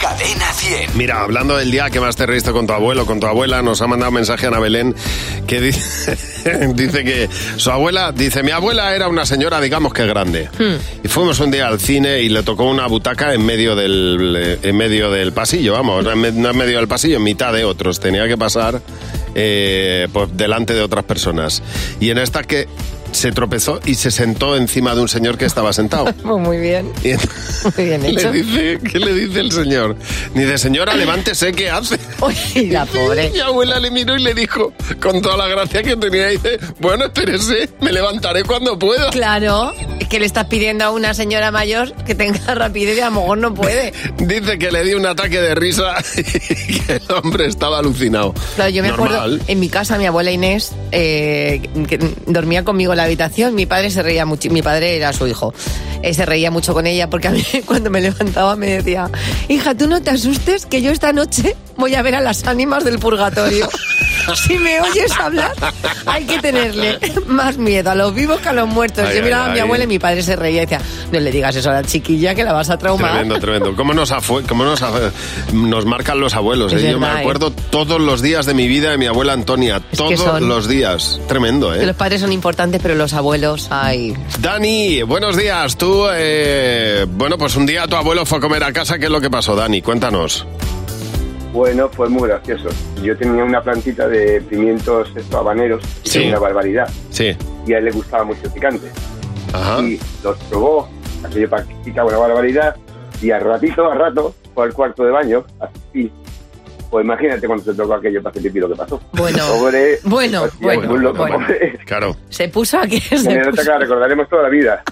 Cadena cien. Mira, hablando del día que más te reíste con tu abuelo, con tu abuela, nos ha mandado un mensaje Ana Belén que dice, dice que su abuela, dice, mi abuela era una señora, digamos que grande. Hmm. Y fuimos un día al cine y le tocó una butaca en medio del, en medio del pasillo, vamos, no en medio del pasillo, en mitad de otros. Tenía que pasar eh, pues, delante de otras personas. Y en esta que se tropezó y se sentó encima de un señor que estaba sentado. Muy bien. Y Muy bien hecho. le dice, ¿qué le dice el señor? Dice, señora, levántese, ¿qué hace? Uy, la pobre. Mi abuela le miró y le dijo, con toda la gracia que tenía, dice, bueno, espérese, me levantaré cuando pueda. Claro, es que le estás pidiendo a una señora mayor que tenga rapidez y a lo mejor no puede. Dice que le dio un ataque de risa y que el hombre estaba alucinado. Claro, yo me Normal. acuerdo, en mi casa, mi abuela Inés, eh, que dormía conmigo en la habitación, mi padre se reía mucho, mi padre era su hijo, eh, se reía mucho con ella porque a mí cuando me levantaba me decía, hija, tú no te asustes que yo esta noche voy a ver a las ánimas del purgatorio. Si me oyes hablar, hay que tenerle más miedo a los vivos que a los muertos. Ay, yo miraba ay, a mi ay. abuela y mi padre se reía y decía, no le digas eso a la chiquilla que la vas a traumar. Tremendo, tremendo. ¿Cómo nos, afue- cómo nos, afue- nos marcan los abuelos? Es eh? Yo me verdad, acuerdo todos los días de mi vida de mi abuela Antonia. Es que Todos son- los días. Tremendo, Que ¿eh? los padres son importantes, pero los abuelos, ay. Dani, buenos días. Tú, eh, bueno, pues un día tu abuelo fue a comer a casa. ¿Qué es lo que pasó, Dani? Cuéntanos. Bueno, fue muy gracioso. Yo tenía una plantita de pimientos estos habaneros, y Sí. era una barbaridad. Sí. Y a él le gustaba mucho el picante. Ajá. Y los probó, aquello pica una barbaridad, y al ratito, al rato, fue al cuarto de baño, así. Pues imagínate cuando se tocó aquello para hacer pipí lo que pasó. Bueno, Pobre, bueno, hostia, bueno, muy loco, bueno. pobre. Claro. Se puso aquí, se Una anécdota puso- que la recordaremos toda la vida.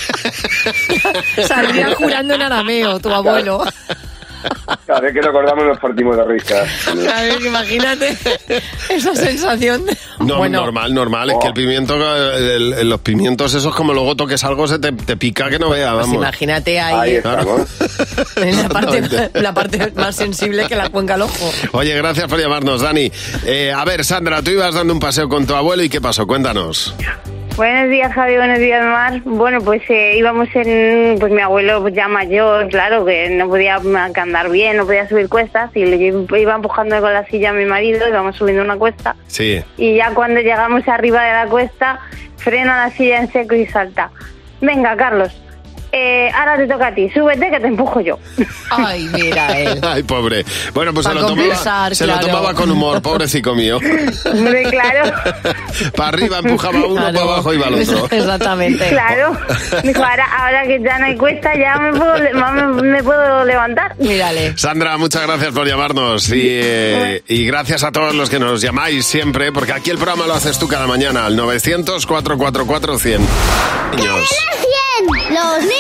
saldría jurando en arameo, tu abuelo. Cada vez que lo acordamos nos partimos de risa. A ver, imagínate esa sensación. de- No, bueno, normal, normal. Es que el pimiento, el- el- los pimientos esos, como luego toques algo, se te, te pica que no vea, pues vamos. imagínate ahí, Ahí Claro. estamos. en la parte, Exactamente. la parte más sensible que la cuenca al ojo. Oye, gracias por llamarnos, Dani. Eh, a ver, Sandra, tú ibas dando un paseo con tu abuelo y ¿qué pasó? Cuéntanos. Buenos días, Javi, buenos días, Mar. Bueno, pues eh, íbamos en... Pues mi abuelo pues, ya mayor, claro, que no podía andar bien, no podía subir cuestas, y le iba empujando con la silla a mi marido, íbamos subiendo una cuesta, Sí. y ya cuando llegamos arriba de la cuesta, frena la silla en seco y salta. Venga, Carlos, eh, ahora te toca a ti, súbete que te empujo yo. Ay, mira él. Ay, pobre. Bueno, pues Pa' se, lo tomaba, compensar, se claro. lo tomaba con humor, pobrecito mío. Hombre, claro, Para arriba empujaba uno, Claro. para abajo iba el otro. Exactamente. claro. Dijo, ahora, ahora que ya no hay cuesta, ya me puedo, le- me, me puedo levantar. Mírale. Sandra, muchas gracias por llamarnos y, eh, y gracias a todos los que nos llamáis siempre, porque aquí el programa lo haces tú cada mañana al novecientos, cuatrocientos cuarenta y cuatro, cien. Niños. cien! ¡Los niños!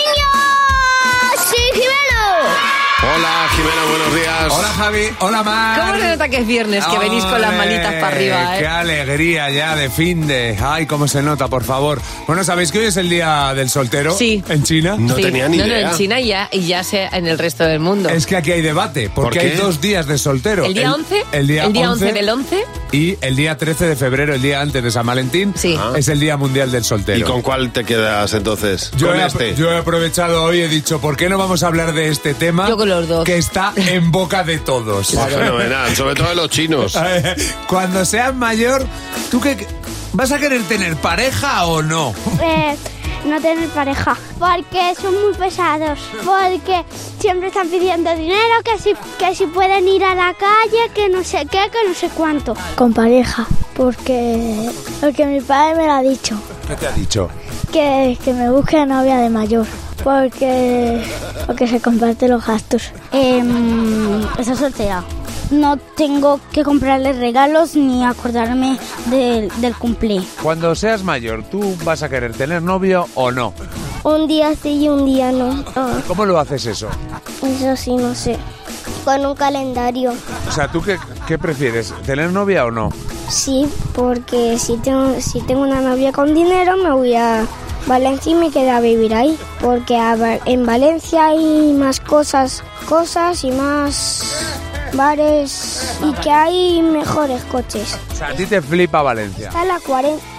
¡Sí, Jimeno! Hola, Jimena, buenos días. Hola, Javi. Hola, Mar. ¿Cómo se nota que es viernes? Que venís con las Ole, manitas para arriba, Qué ¿eh? alegría ya de fin de... Ay, cómo se nota, por favor. Bueno, ¿sabéis que hoy es el día del soltero? Sí. En China. No Sí. tenía ni no, idea. No, en China y ya, y ya sea en el resto del mundo. Es que aquí hay debate, porque ¿Por qué? hay dos días de soltero. ¿El día once? El día, ¿El día once, once del once? Y el día trece de febrero, el día antes de San Valentín, Sí. es el Día Mundial del Soltero. ¿Y con cuál te quedas entonces? Yo con he, este. yo he aprovechado hoy y he dicho, ¿por qué no vamos a hablar de este tema? Yo con los dos. Que está en boca de todos. Fenomenal, sobre todo de los chinos. Cuando seas mayor, ¿tú qué vas a querer tener pareja o no? Eh, no tener pareja. Porque son muy pesados. Porque siempre están pidiendo dinero, que si, que si pueden ir a la calle, que no sé qué, que no sé cuánto. Con pareja. Porque, porque mi padre me lo ha dicho. ¿Qué te ha dicho? Que, que me busque novia de mayor. Porque, porque se comparte los gastos. Eh, estoy soltera. No tengo que comprarle regalos ni acordarme del, del cumple. Cuando seas mayor, ¿tú vas a querer tener novio o no? Un día sí y un día no. Ah, ¿Cómo lo haces eso? eso sí, no sé. Con un calendario. O sea, ¿tú qué, qué prefieres? ¿Tener novia o no? Sí, porque si tengo, si tengo una novia con dinero me voy a Valencia y me quedo a vivir ahí. Porque a Va- en Valencia hay más cosas, cosas y más bares y que hay mejores coches. O sea, a ti te flipa Valencia. Está la cuarenta,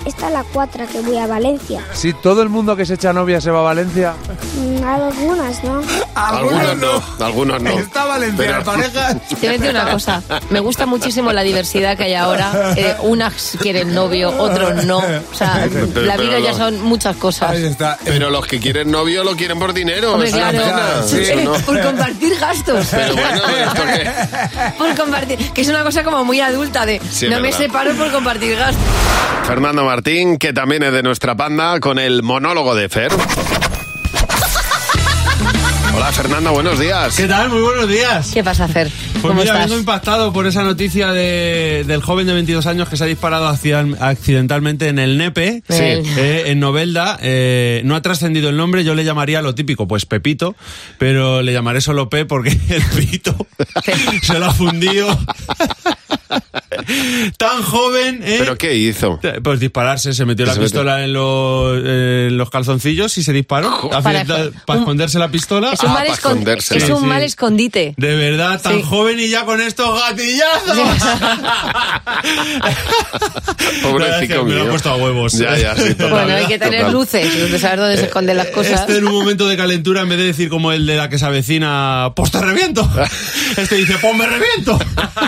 esta es la cuatro que voy a Valencia. Si todo el mundo que se echa novia se va a Valencia. Mm, algunas, ¿no? Algunos no, algunos no. Está Valencia, Pero- la pareja. Te voy a decir una cosa, me gusta muchísimo la diversidad que hay ahora. Eh, unas quieren novio, otros no. O sea, Pero- la vida pero ya lo- son muchas cosas. Ahí está. Pero los que quieren novio lo quieren por dinero. Hombre, es una claro. pena. Sí. Eso no. Por compartir gastos. Pero bueno, esto que... Por compartir. Que es una cosa como muy adulta de Sí, es no me verdad. separo por compartir gastos. Fernando Martín, que también es de nuestra panda, con el monólogo de Fer. Hola Fernando, buenos días. ¿Qué tal? Muy buenos días. ¿Qué pasa, Fer? Pues ¿Cómo mira, estás? vengo impactado por esa noticia de, del joven de veintidós años que se ha disparado accidental- accidentalmente en el nepe, Sí. eh, en Novelda. Eh, no ha trascendido el nombre, yo le llamaría lo típico, pues Pepito, pero le llamaré solo Pe porque el Pito se lo ha fundido. Tan joven, ¿eh? ¿Pero qué hizo? Pues dispararse, se metió la Se pistola en los, en los calzoncillos y se disparó. Para- Accidental- Para, un- esconderse la pistola. Es un, Ah, mal, para escon- esconderse. es Sí, un sí. mal escondite. De verdad, tan Sí. joven y ya con estos gatillazos. Pobrecito Es que me lo mío. han puesto a huevos. Ya, ya, sí, total. Bueno, hay que tener Total. luces, de saber dónde se esconden las cosas. Este en un momento de calentura, en vez de decir como el de la que se avecina, pues te reviento. Este dice, pues me reviento.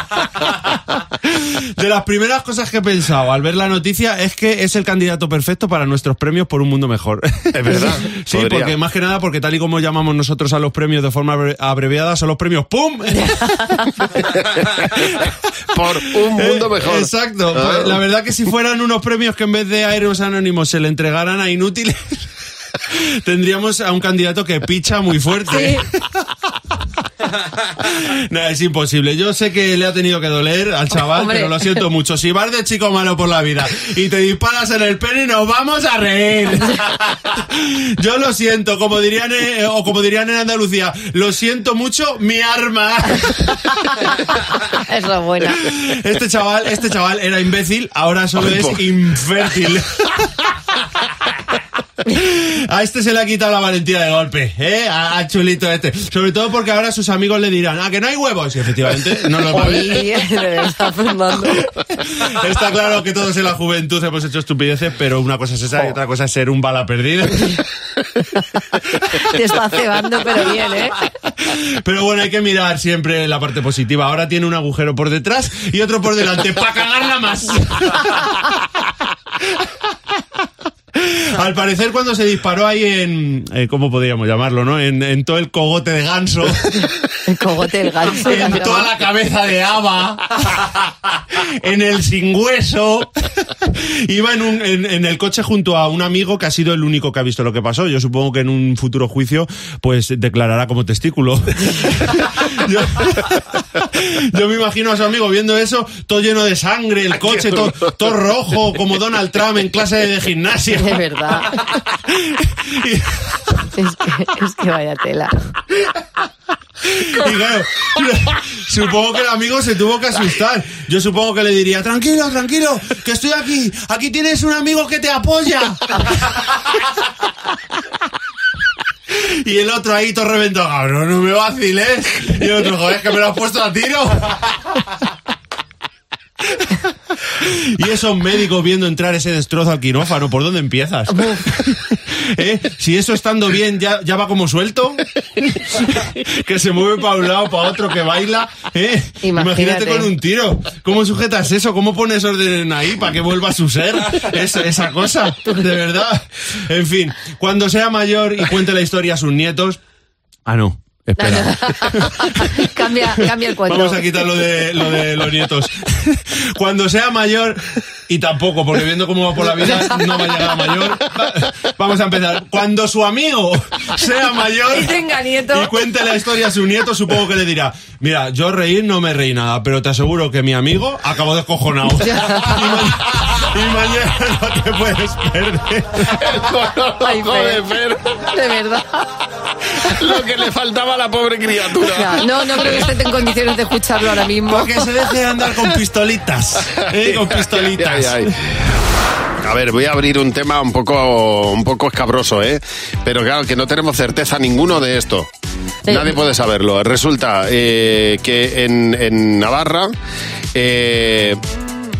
De las primeras cosas que he pensado al ver la noticia es que es el candidato perfecto para nuestros premios por un mundo mejor. Es verdad. Sí, podría. porque más que nada, porque tal y como llamamos nosotros a los premios de forma abre- abreviada, son los premios ¡pum! Por un mundo mejor. Eh, Exacto. Ah. Pues, la verdad que si fueran unos premios que en vez de a héroes anónimos se le entregaran a inútiles, tendríamos a un candidato que picha muy fuerte. No, es imposible. Yo sé que le ha tenido que doler al chaval, Hombre. pero lo siento mucho. Si vas de chico malo por la vida y te disparas en el pene, nos vamos a reír. Yo lo siento, como dirían, eh, o como dirían en Andalucía, lo siento mucho, mi arma. Es lo buena. Este chaval, este chaval era imbécil, ahora solo Ay, es po. infértil. A este se le ha quitado la valentía de golpe, ¿eh? A, a chulito este. Sobre todo porque ahora sus amigos le dirán, ah, que no hay huevos. Y efectivamente, no los va a ver. Oye, de verdad, Fernando. Está claro que todos en la juventud hemos hecho estupideces, pero una cosa es esa y otra cosa es ser un bala perdida. Te está cebando, pero bien, ¿eh? Pero bueno, hay que mirar siempre la parte positiva. Ahora tiene un agujero por detrás y otro por delante, para cagarla más. Al parecer, cuando se disparó ahí en... Eh, ¿Cómo podríamos llamarlo, no? En, en todo el cogote de ganso. El cogote del ganso. En toda la cabeza de haba. En el sin hueso. Iba en, un, en, en el coche junto a un amigo que ha sido el único que ha visto lo que pasó. Yo supongo que en un futuro juicio pues declarará como testículo. Yo, yo me imagino a su amigo viendo eso, todo lleno de sangre, el coche todo, todo rojo, como Donald Trump en clase de gimnasia. De verdad. Es que, es que vaya tela. Y claro, supongo que el amigo se tuvo que asustar. Yo supongo que le diría, tranquilo, tranquilo, que estoy aquí. Aquí tienes un amigo que te apoya. Y el otro ahí todo reventado, cabrón, no me vaciles. Y el otro, joder, que me lo has puesto a tiro. Y esos médicos viendo entrar ese destrozo al quirófano, ¿por dónde empiezas? ¿Eh? Si eso estando bien ya, ya va como suelto, que se mueve para un lado, para otro, que baila, ¿eh? Imagínate. Imagínate con un tiro. ¿Cómo sujetas eso? ¿Cómo pones orden ahí para que vuelva a su ser? Esa, esa cosa, de verdad. En fin, cuando sea mayor y cuente la historia a sus nietos... Ah, no. Espera. Cambia, cambia el cuento. Vamos a quitar lo de, lo de los nietos. Cuando sea mayor, y tampoco, porque viendo cómo va por la vida, no va a llegar a mayor. Vamos a empezar. Cuando su amigo sea mayor Y tenga nieto. y cuente la historia a su nieto, supongo que le dirá, mira, yo reír no me reí nada, pero te aseguro que mi amigo acabó descojonado. Y, ma- y mañana no te puedes perder. Ay, Fer. Fer. De verdad. Lo que le faltaba a la pobre criatura. Ya, no, no creo que esté en condiciones de escucharlo ahora mismo. Porque se deje de andar con pistolitas. ¿eh? Con pistolitas. Ay, ay, ay. A ver, voy a abrir un tema un poco, un poco escabroso, ¿eh? Pero claro, que no tenemos certeza ninguno de esto. Sí. Nadie puede saberlo. Resulta eh, que en, en Navarra eh,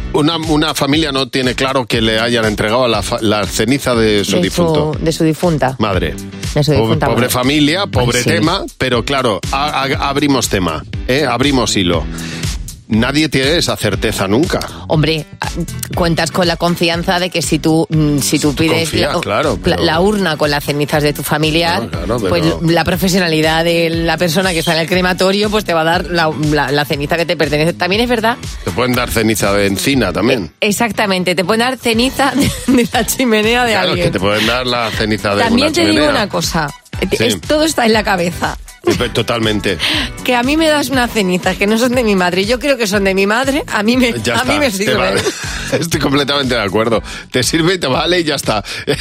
una, una familia no tiene claro que le hayan entregado la, fa- la ceniza de su de difunto. Su, de su difunta. Madre. De su Pobre, difunta pobre madre. familia, pobre Ay, sí. tema, pero claro, a- a- abrimos tema, ¿eh? Abrimos hilo. Nadie tiene esa certeza nunca. Hombre, cuentas con la confianza de que si tú mm, si tú pides Confía, la, claro, pero- la- la urna con las cenizas de tu familiar, No, claro, pero- pues la profesionalidad de la persona que está en el crematorio pues te va a dar la, la- la ceniza que te pertenece. También es verdad, Te pueden dar ceniza de encina también. exactamente, te pueden dar ceniza de, de la chimenea de Claro, alguien. que te pueden dar la ceniza de También una te digo chimenea. una cosa, Sí. es- todo está en la cabeza. Totalmente. Que a mí me das unas cenizas que no son de mi madre, yo creo que son de mi madre, a mí me, Ya a está, mí me te sirven. vale. Estoy completamente de acuerdo. Te sirve y te vale y ya está.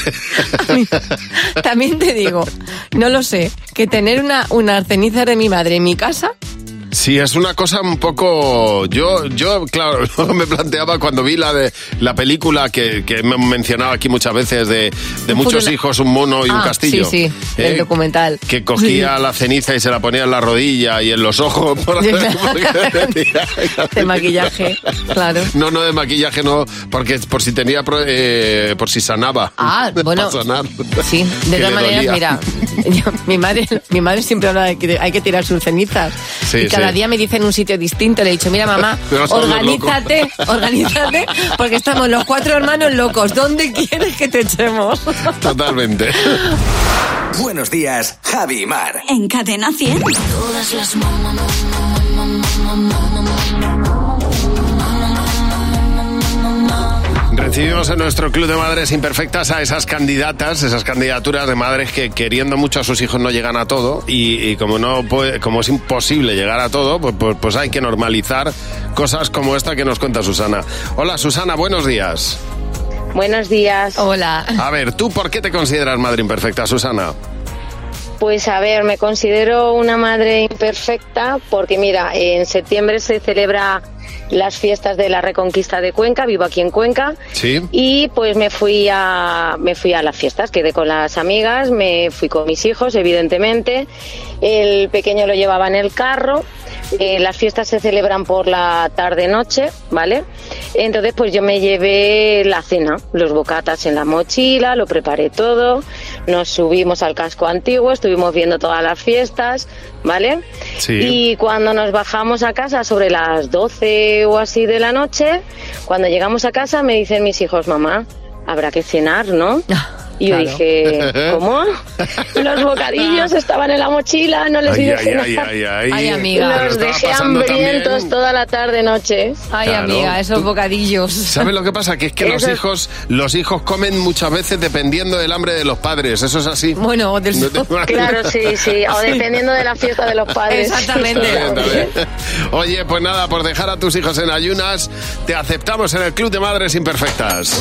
También te digo, no lo sé, que tener una, una ceniza de mi madre en mi casa, Sí, es una cosa un poco... Yo, yo claro, luego me planteaba cuando vi la de la película que, que hemos mencionado aquí muchas veces de, de Un muchos futuro- hijos, un mono y un Ah, castillo. sí, sí, ¿eh? el documental. Que cogía Sí. la ceniza y se la ponía en la rodilla y en los ojos. Por de maquillaje, claro. No, no de maquillaje, no, porque por si tenía, pro- eh, por si sanaba. Ah, bueno, Para sanar. sí, de Que todas le maneras, dolía. mira, yo- mi madre mi madre siempre habla de que hay que tirar sus cenizas. Sí, y cada sí. día me dice en un sitio distinto, le he dicho, mira mamá, Pero somos los organízate, organízate, porque estamos los cuatro hermanos locos, ¿dónde quieres que te echemos? Totalmente. Buenos días, Javi y Mar. En Cadena cien. Todas las Recibimos en nuestro Club de Madres Imperfectas a esas candidatas, esas candidaturas de madres que queriendo mucho a sus hijos no llegan a todo y, y como no puede, como es imposible llegar a todo, pues, pues, pues hay que normalizar cosas como esta que nos cuenta Susana. Hola Susana, buenos días. Buenos días. Hola. A ver, ¿tú por qué te consideras madre imperfecta, Susana? Pues a ver, me considero una madre imperfecta porque mira, en septiembre se celebra las fiestas de la Reconquista de Cuenca, vivo aquí en Cuenca. Sí. Y pues me fui a me fui a las fiestas, quedé con las amigas, me fui con mis hijos, evidentemente. El pequeño lo llevaba en el carro. Eh, las fiestas se celebran por la tarde-noche, ¿vale? Entonces, pues yo me llevé la cena, los bocatas en la mochila, lo preparé todo, nos subimos al casco antiguo, estuvimos viendo todas las fiestas, ¿vale? Sí. Y cuando nos bajamos a casa sobre las doce o así de la noche, cuando llegamos a casa me dicen mis hijos, mamá, habrá que cenar, ¿no? Y yo Claro. dije, ¿cómo? Los bocadillos estaban en la mochila, no les Ay, di de ay, cenar. ay, ay, ay. Ay, amiga. Pero Los estaba dejé pasando hambrientos también. toda la tarde-noche. Ay, Claro. amiga, esos bocadillos. ¿Sabes lo que pasa? Que es que los Eso- hijos, los hijos comen muchas veces dependiendo del hambre de los padres. ¿Eso es así? Bueno, del... No te- Claro, sí, sí, o dependiendo de la fiesta de los padres. Exactamente. Está bien, está bien. Oye, pues nada, por dejar a tus hijos en ayunas, te aceptamos en el Club de Madres Imperfectas.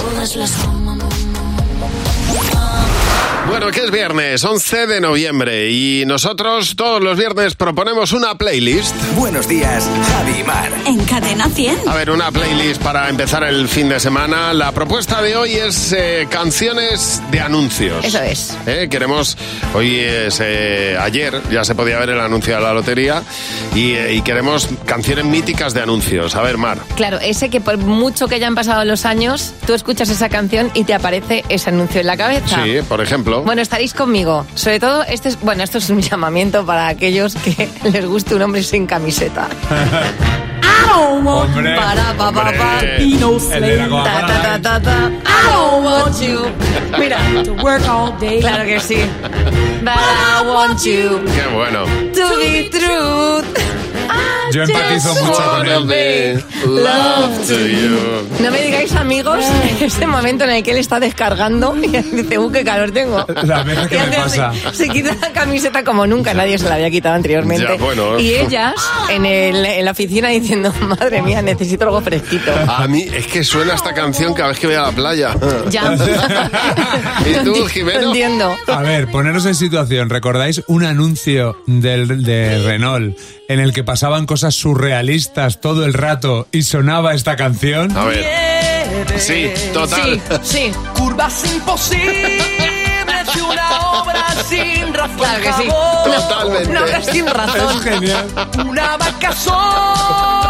Bueno, que es viernes, once de noviembre, y nosotros todos los viernes proponemos una playlist. Buenos días, Javi y Mar. En Cadena cien. A ver, una playlist para empezar el fin de semana. La propuesta de hoy es eh, canciones de anuncios. Eso es. Eh, queremos, hoy es eh, ayer, ya se podía ver el anuncio de la lotería, y, eh, y queremos canciones míticas de anuncios. A ver, Mar. Claro, ese que por mucho que hayan pasado los años, tú escuchas esa canción y te aparece ese anuncio en la cabeza. Sí, por ejemplo. Bueno, estaréis conmigo. Sobre todo, este es, bueno, esto es un llamamiento para aquellos que les guste un hombre sin camiseta. Hombre, Para, pa, pa, pa, hombre. Pino El de la Slay. Coca-Cola Ta, ta, ta, ta, ta. I don't want you. Mira. Claro que sí. But I want you Qué bueno. to be true. Yo empatizo Just mucho con wanna él. be Love to you. No me digáis, amigos, ese momento en el que él está descargando y dice, uh, qué calor tengo. Las veces que Y me antes pasa. Se, se quita la camiseta como nunca nadie se la había quitado anteriormente. Ya, bueno. Y ellas en, el, en la oficina diciendo, madre mía, necesito algo fresquito. A mí es que suena esta canción cada vez que voy a la playa. Ya. ¿Y tú, Jimeno? Entiendo. A ver, poneros en situación. ¿Recordáis un anuncio del, de Renault en el que pasaban cosas surrealistas todo el rato y sonaba esta canción? A ver. Sí, total. Sí, sí. Curvas imposibles de una obra sin razón. Claro que sí. Favor. Totalmente. Una obra sin razón. Es genial. Una vaca sorda y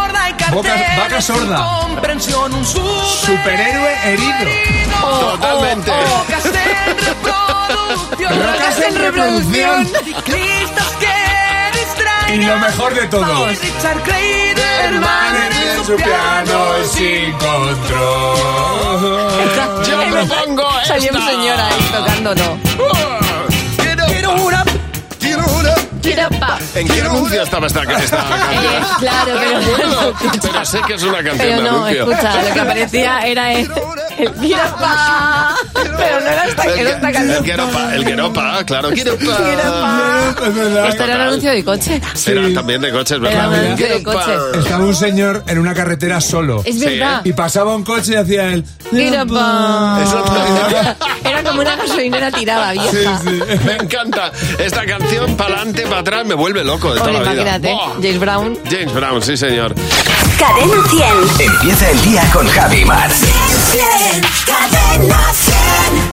Boca, vaca sorda. Comprensión, un Superhéroe herido. Totalmente. Rocas en reproducción. Rocas en reproducción. Ciclistas que distraen. Y lo mejor de todo. Richard Clayderman En su piano sin control. Yo propongo Salió un esta. señor ahí tocando, no. Quiero una. Quiero una. Quiero pa. ¿En qué anuncio estaba esta, esta canción? Eh, claro, No pero- me acuerdo, pero sé que es una canción Pero de no, anuncio. escucha, lo que aparecía era el, el quiero pa. Pero no era esta, El, era esta que- canción. el Queropa, el Queropa, claro, Queropa. Esto era un anuncio de coche. Era también de coches, Era un ¿verdad? anuncio de coche. Estaba un señor en una carretera solo. Es verdad. Y pasaba un coche y hacía el... Quiero pa. Eso- Era como una gasolinera tirada, vieja. Me encanta. Esta canción, para adelante, para atrás, me vuelve loco de toda Oye, la vida. imagínate, ¡Buah! James Brown. James Brown, sí, señor. Cadena cien. Empieza el día con Javi Mar. Cadena cien.